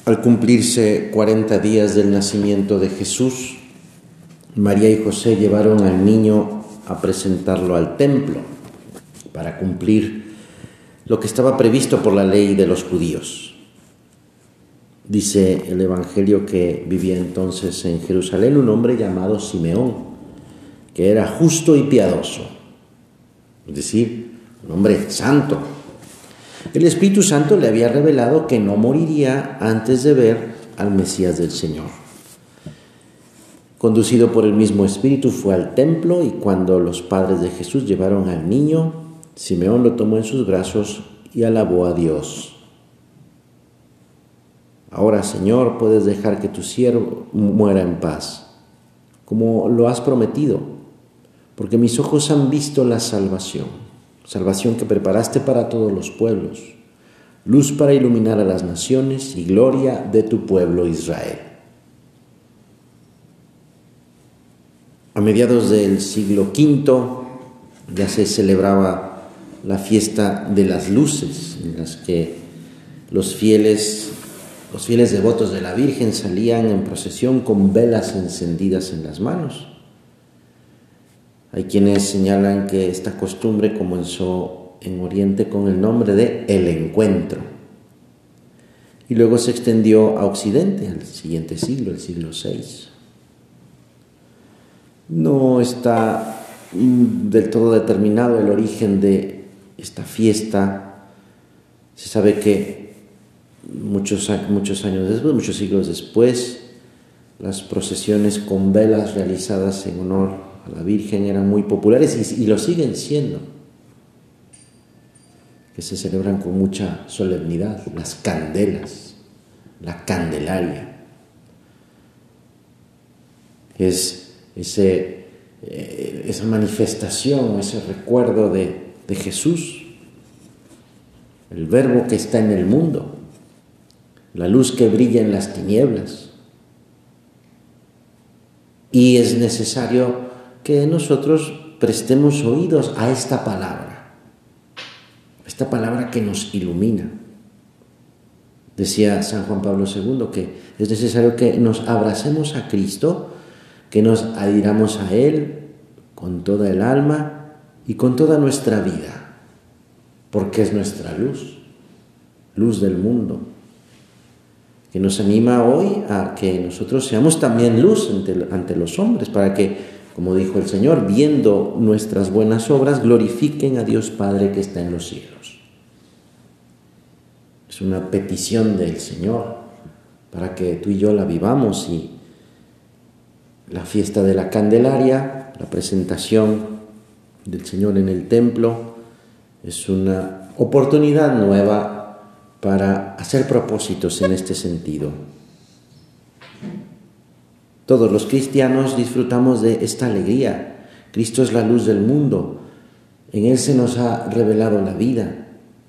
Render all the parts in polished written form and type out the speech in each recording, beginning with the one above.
Al cumplirse 40 días del nacimiento de Jesús, María y José llevaron al niño a presentarlo al templo para cumplir lo que estaba previsto por la ley de los judíos. Dice el Evangelio que vivía entonces en Jerusalén un hombre llamado Simeón, que era justo y piadoso, es decir, un hombre santo. El Espíritu Santo le había revelado que no moriría antes de ver al Mesías del Señor. Conducido por el mismo Espíritu, fue al templo y cuando los padres de Jesús llevaron al niño, Simeón lo tomó en sus brazos y alabó a Dios. Ahora, Señor, puedes dejar que tu siervo muera en paz, como lo has prometido, porque mis ojos han visto la salvación que preparaste para todos los pueblos, luz para iluminar a las naciones y gloria de tu pueblo Israel. A mediados del siglo V ya se celebraba la fiesta de las luces, en las que los fieles devotos de la Virgen salían en procesión con velas encendidas en las manos. Hay quienes señalan que esta costumbre comenzó en Oriente con el nombre de El Encuentro y luego se extendió a Occidente, al siguiente siglo, el siglo VI. No está del todo determinado el origen de esta fiesta. Se sabe que muchos años después, muchos siglos después, las procesiones con velas realizadas en honor a la Virgen eran muy populares y lo siguen siendo, que se celebran con mucha solemnidad, las candelas, la Candelaria. Es esa manifestación, ese recuerdo de Jesús, el Verbo que está en el mundo, la luz que brilla en las tinieblas. Y es necesario que nosotros prestemos oídos a esta palabra que nos ilumina. Decía San Juan Pablo II que es necesario que nos abracemos a Cristo, que nos adhiramos a Él con toda el alma y con toda nuestra vida, porque es nuestra luz del mundo, que nos anima hoy a que nosotros seamos también luz ante los hombres, para que, como dijo el Señor, viendo nuestras buenas obras, glorifiquen a Dios Padre que está en los cielos. Es una petición del Señor para que tú y yo la vivamos, y la fiesta de la Candelaria, la presentación del Señor en el templo, es una oportunidad nueva para hacer propósitos en este sentido. Todos los cristianos disfrutamos de esta alegría. Cristo es la luz del mundo. En Él se nos ha revelado la vida.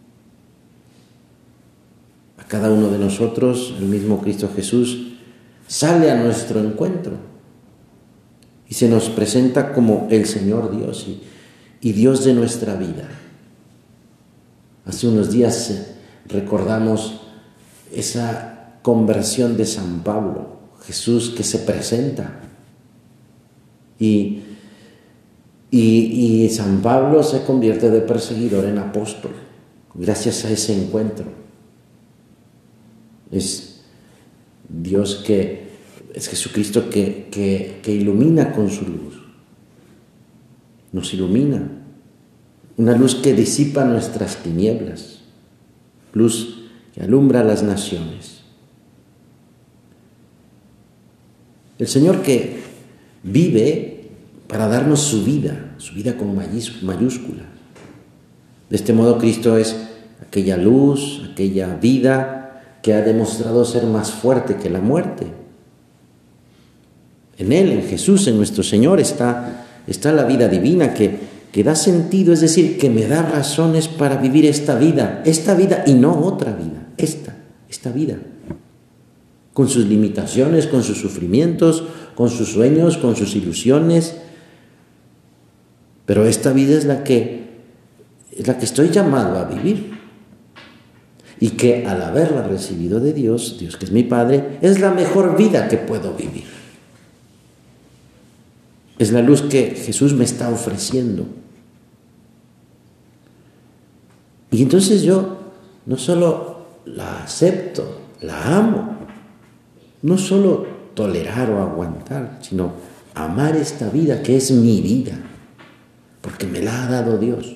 A cada uno de nosotros, el mismo Cristo Jesús sale a nuestro encuentro y se nos presenta como el Señor Dios y Dios de nuestra vida. Hace unos días recordamos esa conversión de San Pablo. Jesús que se presenta y San Pablo se convierte de perseguidor en apóstol gracias a ese encuentro. Es Jesucristo que ilumina con su luz, nos ilumina, una luz que disipa nuestras tinieblas, luz que alumbra a las naciones. El Señor que vive para darnos su vida con mayúscula. De este modo Cristo es aquella luz, aquella vida que ha demostrado ser más fuerte que la muerte. En Él, en Jesús, en nuestro Señor, está la vida divina que da sentido, es decir, que me da razones para vivir esta vida y no otra vida, esta vida. Con sus limitaciones, con sus sufrimientos, con sus sueños, con sus ilusiones. Pero esta vida es la que estoy llamado a vivir. y que al haberla recibido de Dios, Dios que es mi Padre, es la mejor vida que puedo vivir. Es la luz que Jesús me está ofreciendo. Y entonces yo no solo la acepto, la amo, no solo tolerar o aguantar, sino amar esta vida que es mi vida, porque me la ha dado Dios.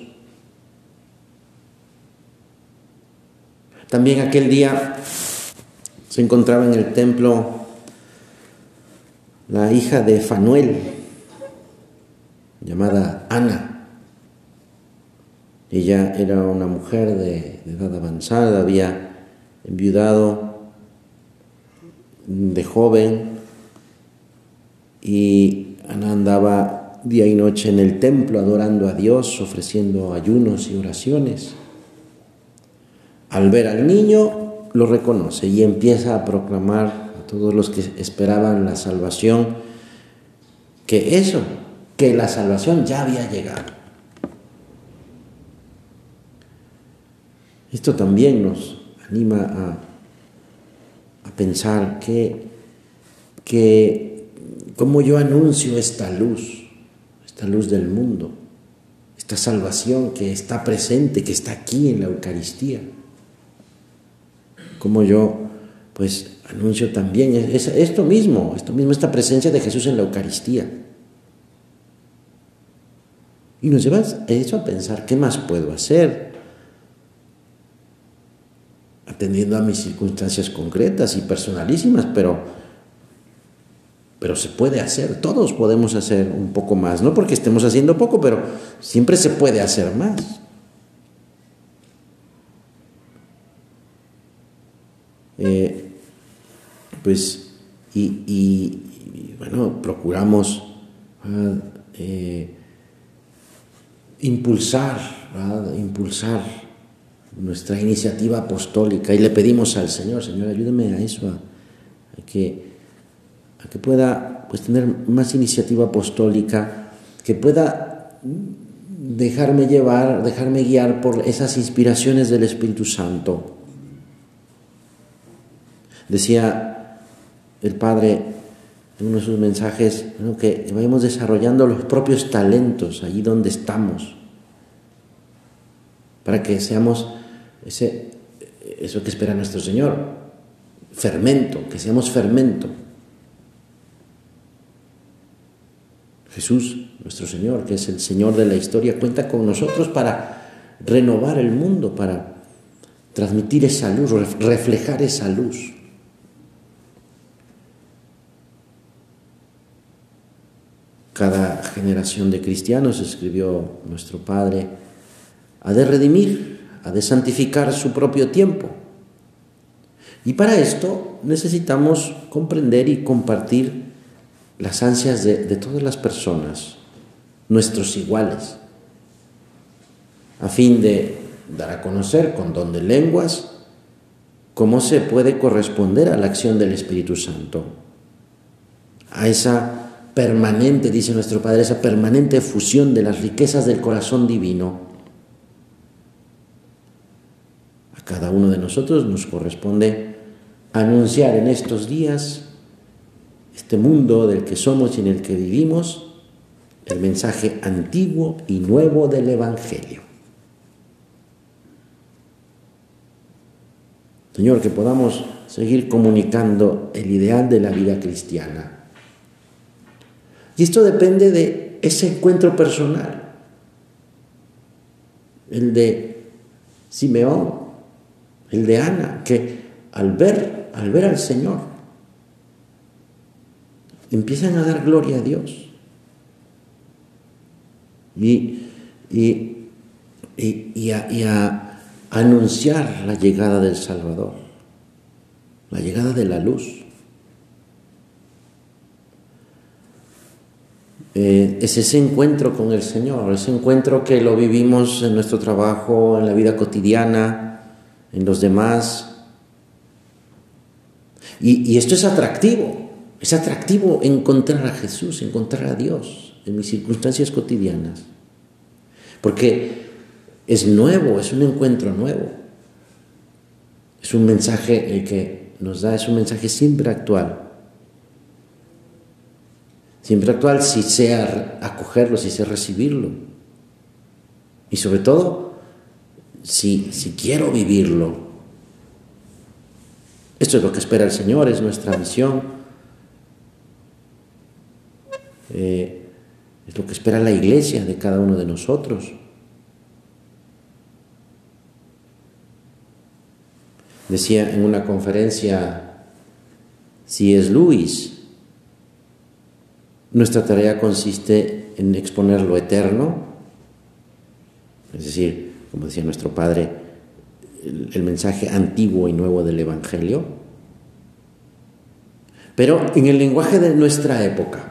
También aquel día se encontraba en el templo la hija de Fanuel, llamada Ana. Ella era una mujer de edad avanzada, había enviudado de joven, y Ana andaba día y noche en el templo adorando a Dios, ofreciendo ayunos y oraciones. Al ver al niño, lo reconoce y empieza a proclamar a todos los que esperaban la salvación que la salvación ya había llegado. Esto también nos anima a pensar que cómo yo anuncio esta luz del mundo, esta salvación que está presente, que está aquí en la Eucaristía. Como yo, pues, anuncio también esto mismo, esta presencia de Jesús en la Eucaristía. Y nos lleva eso a pensar, ¿qué más puedo hacer? Atendiendo a mis circunstancias concretas y personalísimas, pero se puede hacer, todos podemos hacer un poco más, no porque estemos haciendo poco, pero siempre se puede hacer más. Bueno, procuramos impulsar nuestra iniciativa apostólica y le pedimos al Señor, ayúdame a eso, a que pueda, pues, tener más iniciativa apostólica, que pueda dejarme guiar por esas inspiraciones del Espíritu Santo. Decía el Padre en uno de sus mensajes, que vayamos desarrollando los propios talentos allí donde estamos, para que seamos eso que espera nuestro Señor, que seamos fermento. Jesús, nuestro Señor, que es el Señor de la historia, cuenta con nosotros para renovar el mundo, para transmitir esa luz, reflejar esa luz. Cada generación de cristianos, escribió nuestro Padre, ha de redimir, ha de santificar su propio tiempo. Y para esto necesitamos comprender y compartir las ansias de todas las personas, nuestros iguales, a fin de dar a conocer con don de lenguas cómo se puede corresponder a la acción del Espíritu Santo, a esa permanente, dice nuestro Padre, esa permanente fusión de las riquezas del corazón divino. A cada uno de nosotros nos corresponde anunciar en estos días este mundo del que somos y en el que vivimos, el mensaje antiguo y nuevo del Evangelio. Señor, que podamos seguir comunicando el ideal de la vida cristiana. Y esto depende de ese encuentro personal, el de Simeón, el de Ana, que al ver al Señor, empiezan a dar gloria a Dios. Y a anunciar la llegada del Salvador, la llegada de la luz. Es ese encuentro con el Señor, ese encuentro que lo vivimos en nuestro trabajo, en la vida cotidiana, en los demás. Y esto es atractivo encontrar a Jesús, encontrar a Dios en mis circunstancias cotidianas, porque es nuevo, es un encuentro nuevo. Es un mensaje el que nos da, es un mensaje siempre actual. Siempre actual si sé acogerlo, si sé recibirlo. Y sobre todo, si quiero vivirlo. Esto es lo que espera el Señor, es nuestra misión. Es lo que espera la Iglesia de cada uno de nosotros. Decía en una conferencia C.S. Lewis, nuestra tarea consiste en exponer lo eterno, es decir, como decía nuestro Padre, el mensaje antiguo y nuevo del Evangelio, pero en el lenguaje de nuestra época.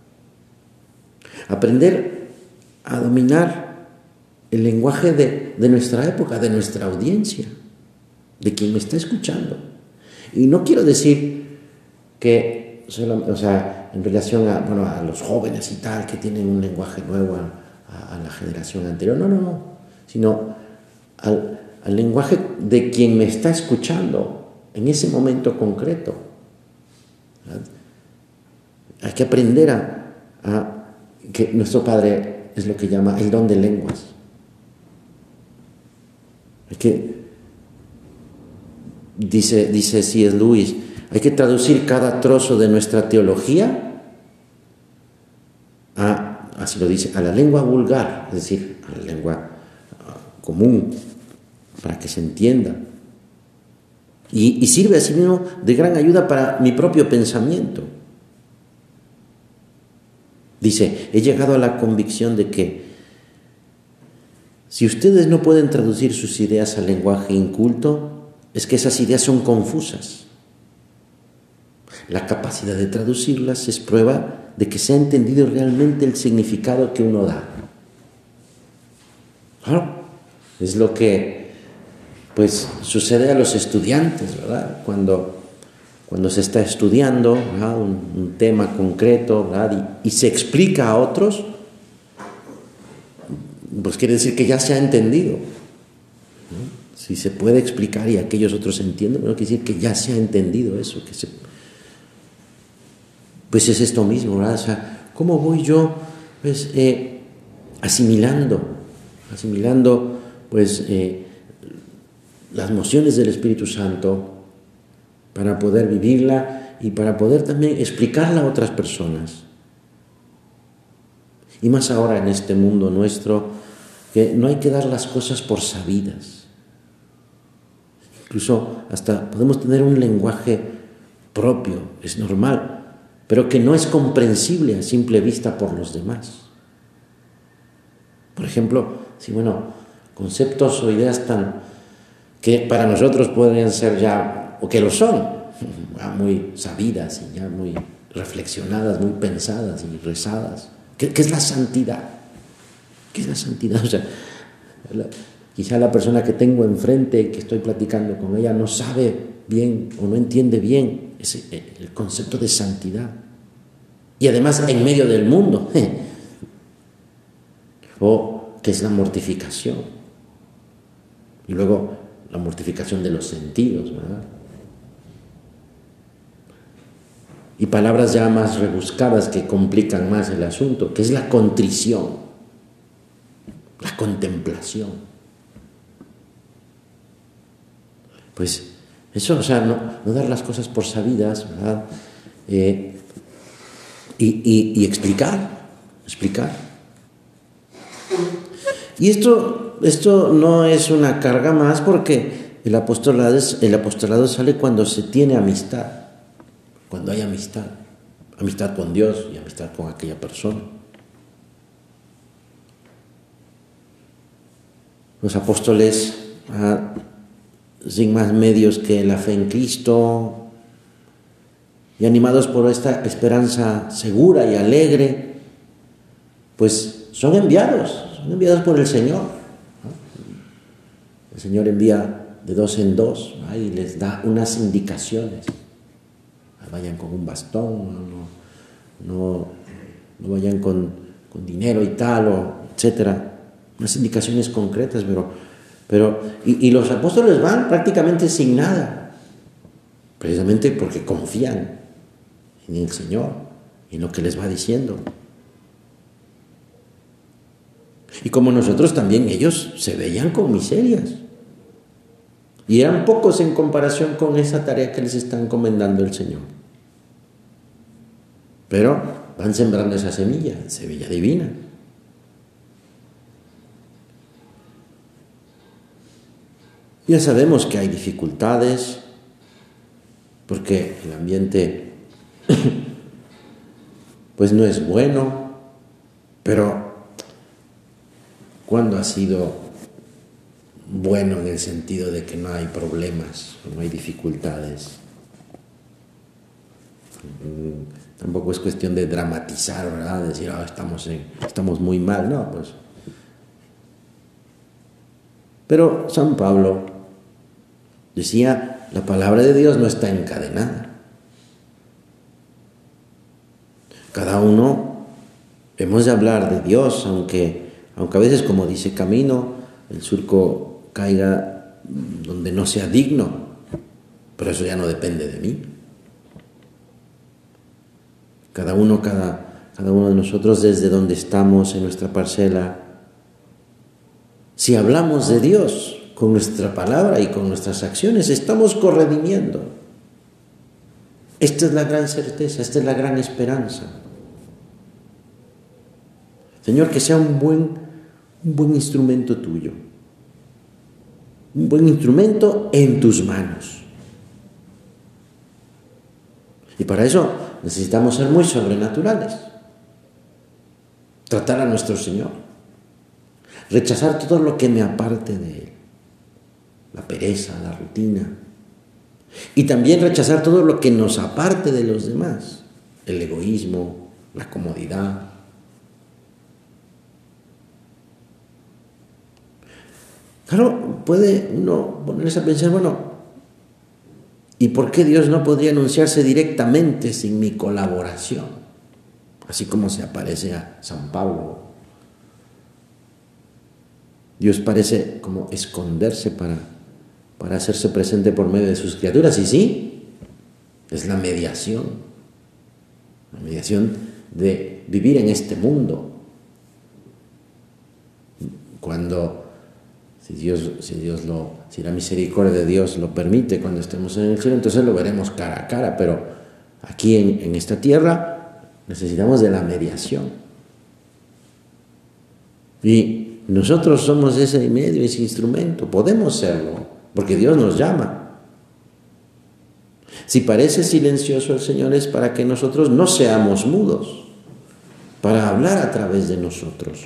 Aprender a dominar el lenguaje de nuestra época, de nuestra audiencia, de quien me está escuchando. Y no quiero decir que, en relación a los jóvenes y tal, que tienen un lenguaje nuevo a la generación anterior, no, sino al lenguaje de quien me está escuchando en ese momento concreto. ¿Verdad? Hay que aprender a que nuestro Padre es lo que llama el don de lenguas. Hay que, dice C.S. Lewis, hay que traducir cada trozo de nuestra teología así lo dice, a la lengua vulgar, es decir, a la lengua común, para que se entienda. Y sirve asimismo de gran ayuda para mi propio pensamiento. Dice, he llegado a la convicción de que si ustedes no pueden traducir sus ideas al lenguaje inculto, es que esas ideas son confusas. La capacidad de traducirlas es prueba de que se ha entendido realmente el significado que uno da. Claro, es lo que pues sucede a los estudiantes, ¿verdad? Cuando se está estudiando, ¿verdad?, un tema concreto, ¿verdad?, y se explica a otros, pues quiere decir que ya se ha entendido, ¿no? Si se puede explicar y aquellos otros entienden, bueno, quiere decir que ya se ha entendido eso, pues es esto mismo, ¿verdad? O sea, ¿cómo voy yo pues asimilando pues las nociones del Espíritu Santo para poder vivirla y para poder también explicarla a otras personas? Y más ahora en este mundo nuestro, que no hay que dar las cosas por sabidas. Incluso hasta podemos tener un lenguaje propio, es normal, pero que no es comprensible a simple vista por los demás. Por ejemplo, conceptos o ideas que para nosotros podrían ser ya, o que lo son, muy sabidas y ya muy reflexionadas, muy pensadas y rezadas. ¿Qué es la santidad? ¿Qué es la santidad? O sea, quizá la persona que tengo enfrente, que estoy platicando con ella, no sabe bien o no entiende bien el concepto de santidad. Y además en medio del mundo. O qué es la mortificación. Y luego la mortificación de los sentidos, ¿verdad? Y palabras ya más rebuscadas que complican más el asunto, que es la contrición, la contemplación. Pues eso, no dar las cosas por sabidas, ¿verdad? Y explicar. Y esto no es una carga más, porque el apostolado sale cuando se tiene amistad, cuando hay amistad con Dios y amistad con aquella persona. Los apóstoles, sin más medios que la fe en Cristo, y animados por esta esperanza segura y alegre, pues son enviados por el Señor, ¿no? El Señor envía de dos en dos, ¿no?, y les da unas indicaciones. Vayan con un bastón, no vayan con dinero y tal, etcétera. Unas indicaciones concretas, pero Y los apóstoles van prácticamente sin nada, precisamente porque confían en el Señor y en lo que les va diciendo. Y como nosotros también, ellos se veían con miserias. Y eran pocos en comparación con esa tarea que les está encomendando el Señor. Pero van sembrando esa semilla divina. Ya sabemos que hay dificultades, porque el ambiente pues no es bueno, pero ¿cuándo ha sido bueno en el sentido de que no hay problemas, no hay dificultades? Tampoco es cuestión de dramatizar, ¿verdad? Decir, estamos muy mal, no, pues. Pero San Pablo decía, la palabra de Dios no está encadenada. Cada uno hemos de hablar de Dios, aunque a veces, como dice Camino, el surco caiga donde no sea digno, pero eso ya no depende de mí. Cada uno de nosotros, desde donde estamos en nuestra parcela, si hablamos de Dios con nuestra palabra y con nuestras acciones, estamos corredimiendo. Esta es la gran certeza, esta es la gran esperanza. Señor, que sea un buen instrumento tuyo, un buen instrumento en tus manos. Y para eso necesitamos ser muy sobrenaturales, tratar a nuestro Señor, rechazar todo lo que me aparte de Él, la pereza, la rutina, y también rechazar todo lo que nos aparte de los demás, el egoísmo, la comodidad. Claro, puede uno ponerse a pensar, bueno, ¿y por qué Dios no podría anunciarse directamente sin mi colaboración? Así como se aparece a San Pablo. Dios parece como esconderse para hacerse presente por medio de sus criaturas. Y sí, es la mediación de vivir en este mundo. Cuando, si la misericordia de Dios lo permite, cuando estemos en el cielo, entonces lo veremos cara a cara, pero aquí en esta tierra necesitamos de la mediación. Y nosotros somos ese medio, ese instrumento, podemos serlo, porque Dios nos llama. Si parece silencioso el Señor, es para que nosotros no seamos mudos, para hablar a través de nosotros.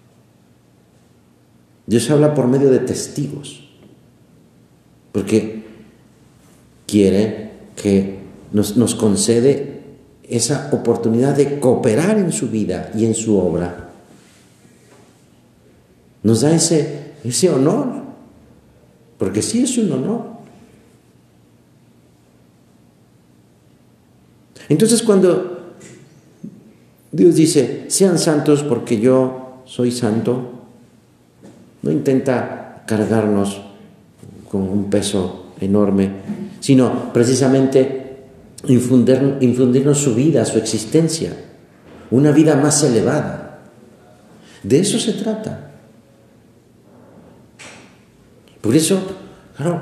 Dios habla por medio de testigos, porque quiere que nos concede esa oportunidad de cooperar en su vida y en su obra. Nos da ese honor, porque sí es un honor. Entonces, cuando Dios dice, sean santos porque yo soy santo, no intenta cargarnos con un peso enorme, sino precisamente infundirnos su vida, su existencia, una vida más elevada. De eso se trata. Por eso, claro,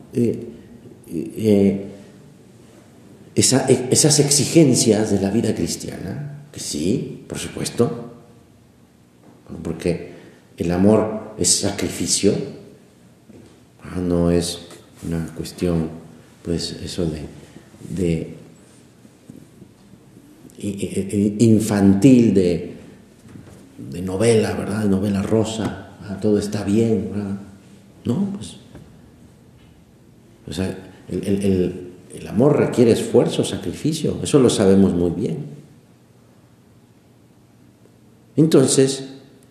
esas exigencias de la vida cristiana, que sí, por supuesto, porque el amor es sacrificio, no es una cuestión, pues, eso de infantil, de novela, ¿verdad? De novela rosa, todo está bien, ¿verdad? No, pues, o sea, el amor requiere esfuerzo, sacrificio, eso lo sabemos muy bien. Entonces,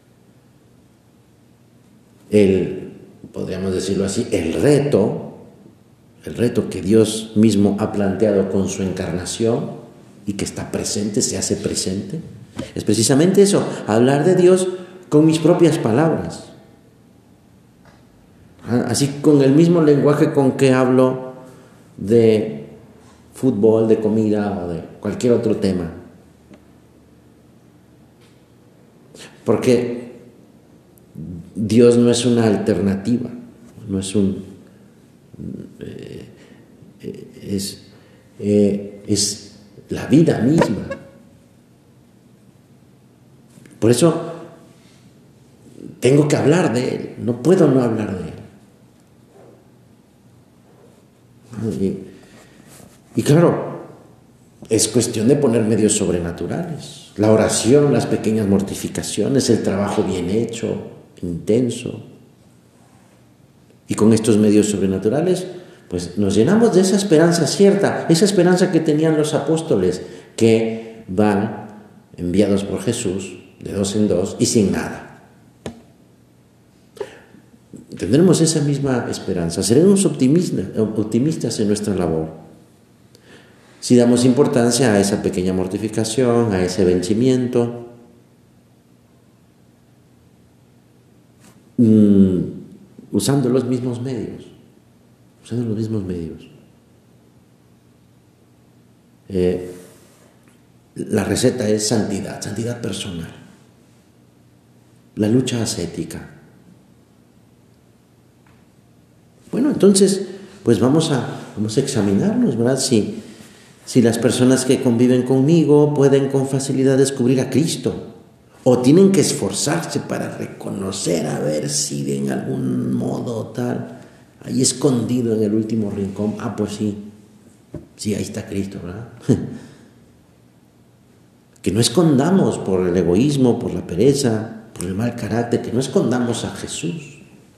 podríamos decirlo así, el reto que Dios mismo ha planteado con su encarnación y que está presente, se hace presente, es precisamente eso, hablar de Dios con mis propias palabras. Así con el mismo lenguaje con que hablo de fútbol, de comida o de cualquier otro tema. Porque Dios no es una alternativa, no es es la vida misma. Por eso tengo que hablar de Él, no puedo no hablar de Él. Y claro, es cuestión de poner medios sobrenaturales. La oración, las pequeñas mortificaciones, el trabajo bien hecho, intenso. Y con estos medios sobrenaturales, pues nos llenamos de esa esperanza cierta, esa esperanza que tenían los apóstoles, que van enviados por Jesús de dos en dos y sin nada. Tendremos esa misma esperanza, seremos optimistas en nuestra labor. Si damos importancia a esa pequeña mortificación, a ese vencimiento, usando los mismos medios. La receta es santidad personal, la lucha ascética. Bueno, entonces, pues vamos a examinarnos, ¿verdad? Si las personas que conviven conmigo pueden con facilidad descubrir a Cristo, o tienen que esforzarse para reconocer, a ver si de algún modo tal, ahí escondido en el último rincón, pues sí, ahí está Cristo, ¿verdad? Que no escondamos por el egoísmo, por la pereza, por el mal carácter, que no escondamos a Jesús.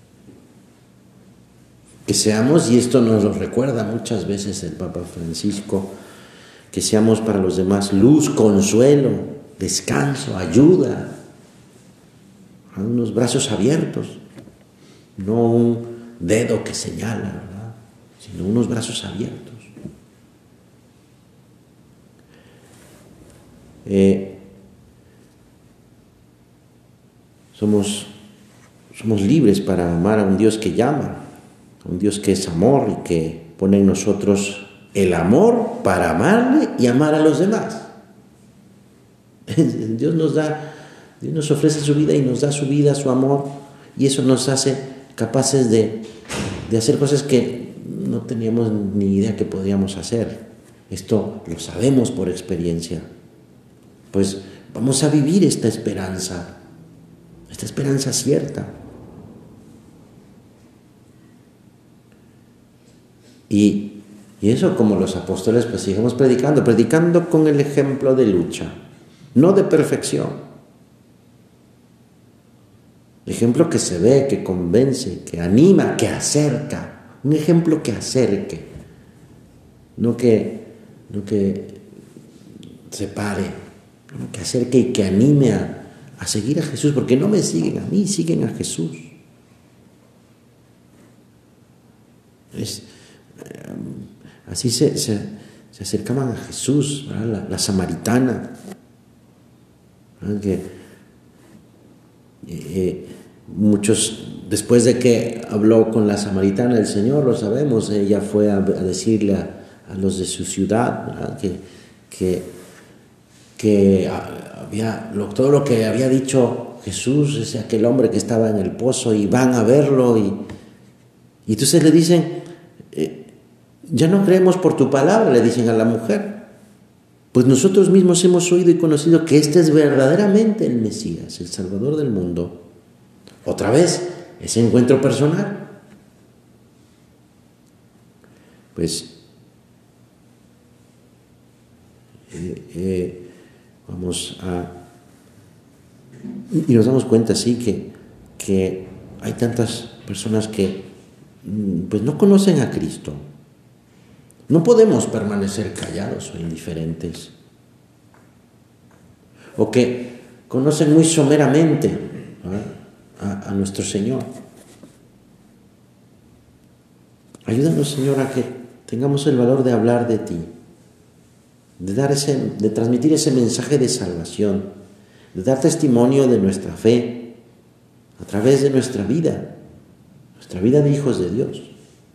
Que seamos, y esto nos lo recuerda muchas veces el Papa Francisco, que seamos para los demás luz, consuelo, descanso, ayuda, unos brazos abiertos, no un dedo que señala, ¿verdad? Sino unos brazos abiertos. Somos libres para amar a un Dios que llama, a un Dios que es amor y que pone en nosotros el amor para amarle y amar a los demás. Dios nos ofrece su vida y nos da su vida, su amor, y eso nos hace capaces de hacer cosas que no teníamos ni idea que podíamos hacer. Esto lo sabemos por experiencia. Pues vamos a vivir esta esperanza cierta. Y eso, como los apóstoles, pues sigamos predicando con el ejemplo de lucha, no de perfección. Ejemplo que se ve, que convence, que anima, que acerca. Un ejemplo que acerque, no que separe, que acerque y que anime a seguir a Jesús, porque no me siguen a mí, siguen a Jesús. Así se acercaban a Jesús, ¿verdad? La samaritana, que muchos, después de que habló con la samaritana el Señor, lo sabemos, ella fue a decirle a los de su ciudad, ¿verdad? que había todo lo que había dicho Jesús, es aquel hombre que estaba en el pozo, y van a verlo, y entonces le dicen, ya no creemos por tu palabra, le dicen a la mujer, pues nosotros mismos hemos oído y conocido que este es verdaderamente el Mesías, el Salvador del mundo. Otra vez, ese encuentro personal. Pues y nos damos cuenta, sí, que hay tantas personas que pues no conocen a Cristo. No podemos permanecer callados o indiferentes, o que conocen muy someramente a nuestro Señor. Ayúdanos, Señor, a que tengamos el valor de hablar de ti, de transmitir ese mensaje de salvación, de dar testimonio de nuestra fe a través de nuestra vida, nuestra vida de hijos de Dios.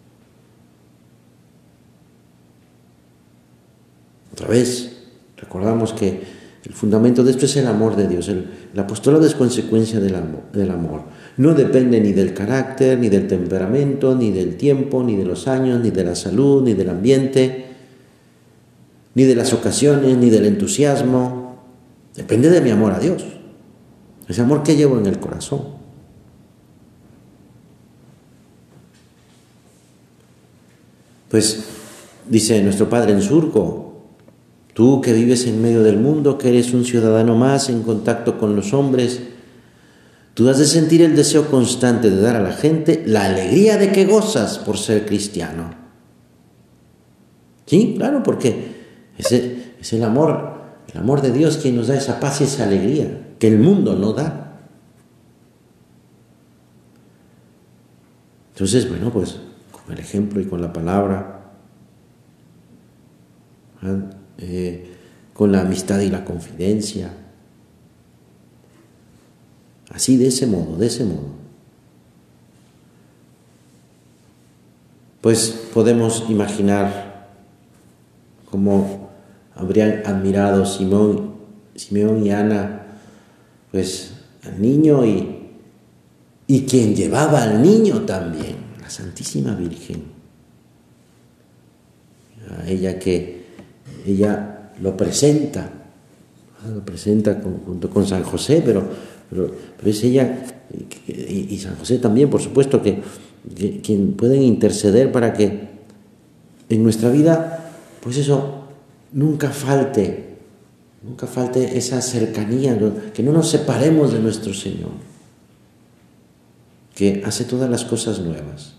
Otra vez, recordamos que el fundamento de esto es el amor de Dios. El apostolado es consecuencia del amor. No depende ni del carácter, ni del temperamento, ni del tiempo, ni de los años, ni de la salud, ni del ambiente, ni de las ocasiones, ni del entusiasmo. Depende de mi amor a Dios. Ese amor que llevo en el corazón. Pues dice nuestro Padre en Surco: tú que vives en medio del mundo, que eres un ciudadano más en contacto con los hombres, tú has de sentir el deseo constante de dar a la gente la alegría de que gozas por ser cristiano. Sí, claro, porque es el amor de Dios quien nos da esa paz y esa alegría que el mundo no da. Entonces, bueno, pues con el ejemplo y con la palabra, con la amistad y la confidencia, así, de ese modo, pues podemos imaginar cómo habrían admirado Simeón y Ana, pues al niño y quien llevaba al niño también, la Santísima Virgen. A ella lo presenta junto con San José, pero es ella y San José también, por supuesto, que quien pueden interceder para que en nuestra vida, pues eso, nunca falte esa cercanía, que no nos separemos de nuestro Señor, que hace todas las cosas nuevas.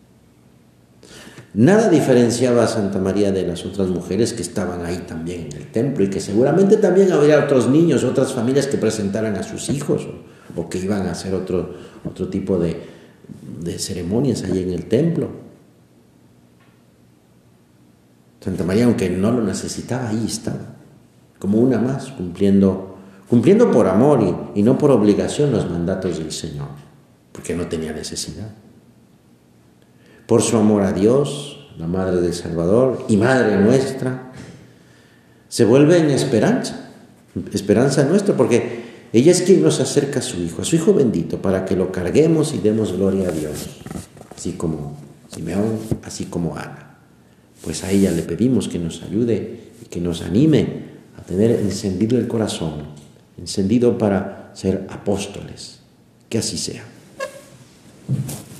Nada diferenciaba a Santa María de las otras mujeres que estaban ahí también en el templo, y que seguramente también habría otros niños, otras familias que presentaran a sus hijos o que iban a hacer otro tipo de ceremonias ahí en el templo. Santa María, aunque no lo necesitaba, ahí estaba, como una más, cumpliendo por amor y no por obligación los mandatos del Señor, porque no tenía necesidad. Por su amor a Dios, la Madre del Salvador y Madre nuestra, se vuelve en esperanza nuestra, porque ella es quien nos acerca a su Hijo bendito, para que lo carguemos y demos gloria a Dios, así como Simeón, así como Ana. Pues a ella le pedimos que nos ayude y que nos anime a tener encendido el corazón, encendido para ser apóstoles. Que así sea.